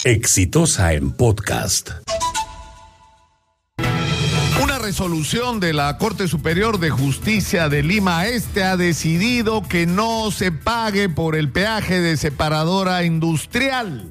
Exitosa en podcast. Una resolución de la Corte Superior de Justicia de Lima Este ha decidido que no se pague por el peaje de separadora industrial.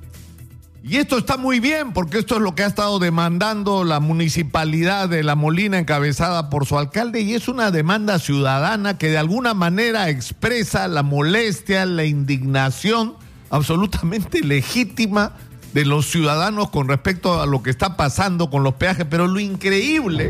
Y esto está muy bien, porque esto es lo que ha estado demandando la municipalidad de La Molina, encabezada por su alcalde, y es una demanda ciudadana que de alguna manera expresa la molestia, la indignación absolutamente legítima de los ciudadanos con respecto a lo que está pasando con los peajes. Pero lo increíble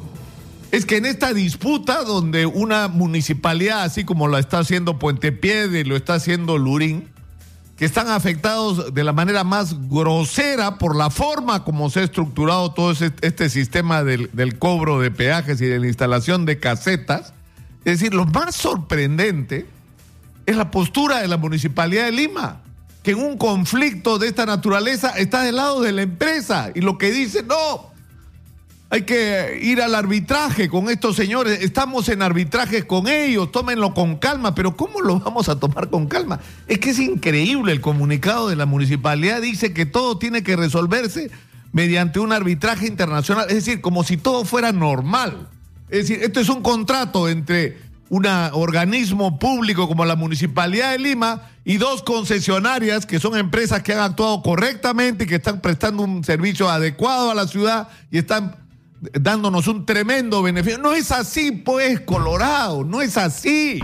es que en esta disputa, donde una municipalidad, así como lo está haciendo Puente Piedra y lo está haciendo Lurín, que están afectados de la manera más grosera por la forma como se ha estructurado todo este sistema del cobro de peajes y de la instalación de casetas. Es decir, lo más sorprendente es la postura de la Municipalidad de Lima, que en un conflicto de esta naturaleza está del lado de la empresa y lo que dice, no, hay que ir al arbitraje con estos señores, estamos en arbitraje con ellos, tómenlo con calma. Pero ¿cómo lo vamos a tomar con calma? Es que es increíble. El comunicado de la municipalidad dice que todo tiene que resolverse mediante un arbitraje internacional, es decir, como si todo fuera normal. Es decir, esto es un contrato entre un organismo público como la Municipalidad de Lima y dos concesionarias que son empresas que han actuado correctamente y que están prestando un servicio adecuado a la ciudad y están dándonos un tremendo beneficio. No es así, pues, Colorado, no es así.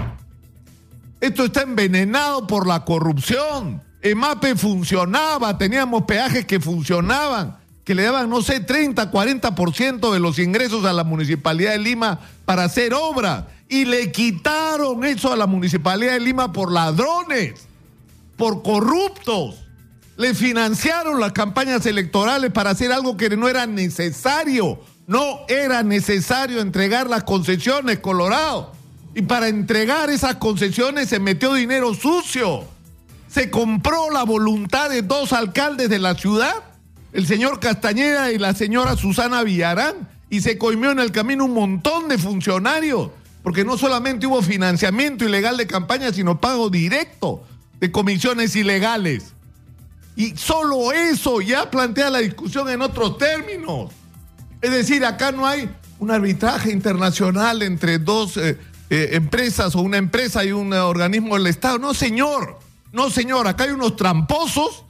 Esto está envenenado por la corrupción. EMAPE funcionaba, teníamos peajes que funcionaban, que le daban, no sé, 30, 40% de los ingresos a la Municipalidad de Lima para hacer obras. Y le quitaron eso a la Municipalidad de Lima por ladrones, por corruptos. Le financiaron las campañas electorales para hacer algo que no era necesario. No era necesario entregar las concesiones, Colorado. Y para entregar esas concesiones se metió dinero sucio. Se compró la voluntad de dos alcaldes de la ciudad, el señor Castañeda y la señora Susana Villarán, y se coimió en el camino un montón de funcionarios, porque no solamente hubo financiamiento ilegal de campaña, sino pago directo de comisiones ilegales. Y solo eso ya plantea la discusión en otros términos. Es decir, acá no hay un arbitraje internacional entre dos empresas o una empresa y un organismo del Estado. No, señor. No, señor. Acá hay unos tramposos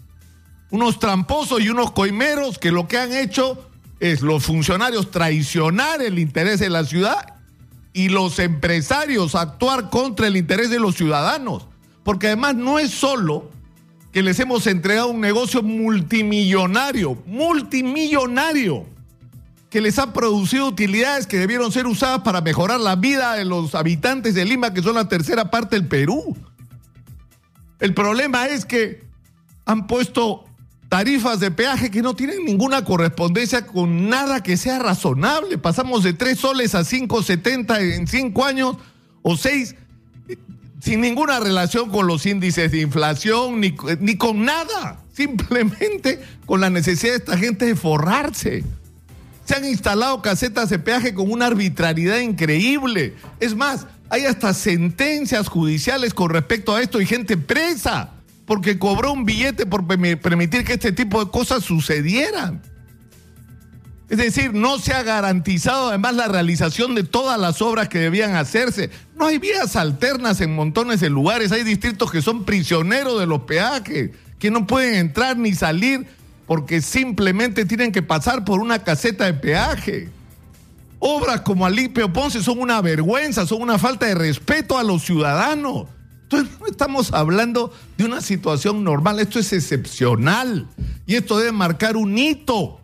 y unos coimeros que lo que han hecho es los funcionarios traicionar el interés de la ciudad y los empresarios actuar contra el interés de los ciudadanos. Porque además no es solo que les hemos entregado un negocio multimillonario, que les ha producido utilidades que debieron ser usadas para mejorar la vida de los habitantes de Lima, que son la tercera parte del Perú. El problema es que han puesto tarifas de peaje que no tienen ninguna correspondencia con nada que sea razonable. Pasamos de 3 soles a 5.70 en 5 años o 6, sin ninguna relación con los índices de inflación ni con nada. Simplemente con la necesidad de esta gente de forrarse. Se han instalado casetas de peaje con una arbitrariedad increíble. Es más, hay hasta sentencias judiciales con respecto a esto y gente presa porque cobró un billete por permitir que este tipo de cosas sucedieran. Es decir, no se ha garantizado además la realización de todas las obras que debían hacerse. No hay vías alternas en montones de lugares. Hay distritos que son prisioneros de los peajes, que no pueden entrar ni salir porque simplemente tienen que pasar por una caseta de peaje. Obras como Alipio Ponce son una vergüenza, son una falta de respeto a los ciudadanos. Entonces no estamos hablando de una situación normal, esto es excepcional. Y esto debe marcar un hito,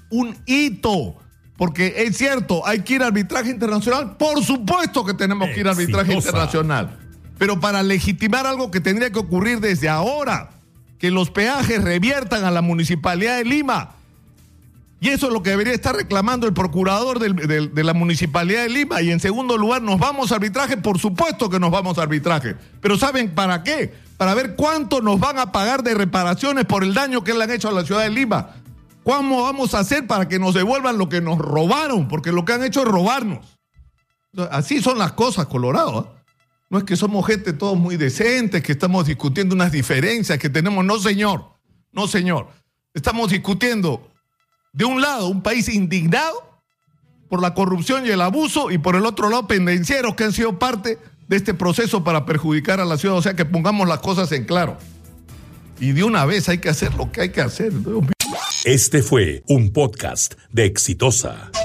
porque es cierto, hay que ir a arbitraje internacional. Por supuesto que tenemos que ir a arbitraje internacional, pero para legitimar algo que tendría que ocurrir desde ahora, que los peajes reviertan a la Municipalidad de Lima. Y eso es lo que debería estar reclamando el procurador de la Municipalidad de Lima. Y en segundo lugar, ¿nos vamos a arbitraje? Por supuesto que nos vamos a arbitraje. Pero ¿saben para qué? Para ver cuánto nos van a pagar de reparaciones por el daño que le han hecho a la ciudad de Lima. ¿Cómo vamos a hacer para que nos devuelvan lo que nos robaron? Porque lo que han hecho es robarnos. Así son las cosas, Colorado, ¿eh? No es que somos gente todos muy decentes, que estamos discutiendo unas diferencias que tenemos. No, señor. No, señor. Estamos discutiendo, de un lado, un país indignado por la corrupción y el abuso, y por el otro lado, pendencieros que han sido parte de este proceso para perjudicar a la ciudad. O sea, que pongamos las cosas en claro. Y de una vez hay que hacer lo que hay que hacer. Este fue un podcast de Exitosa.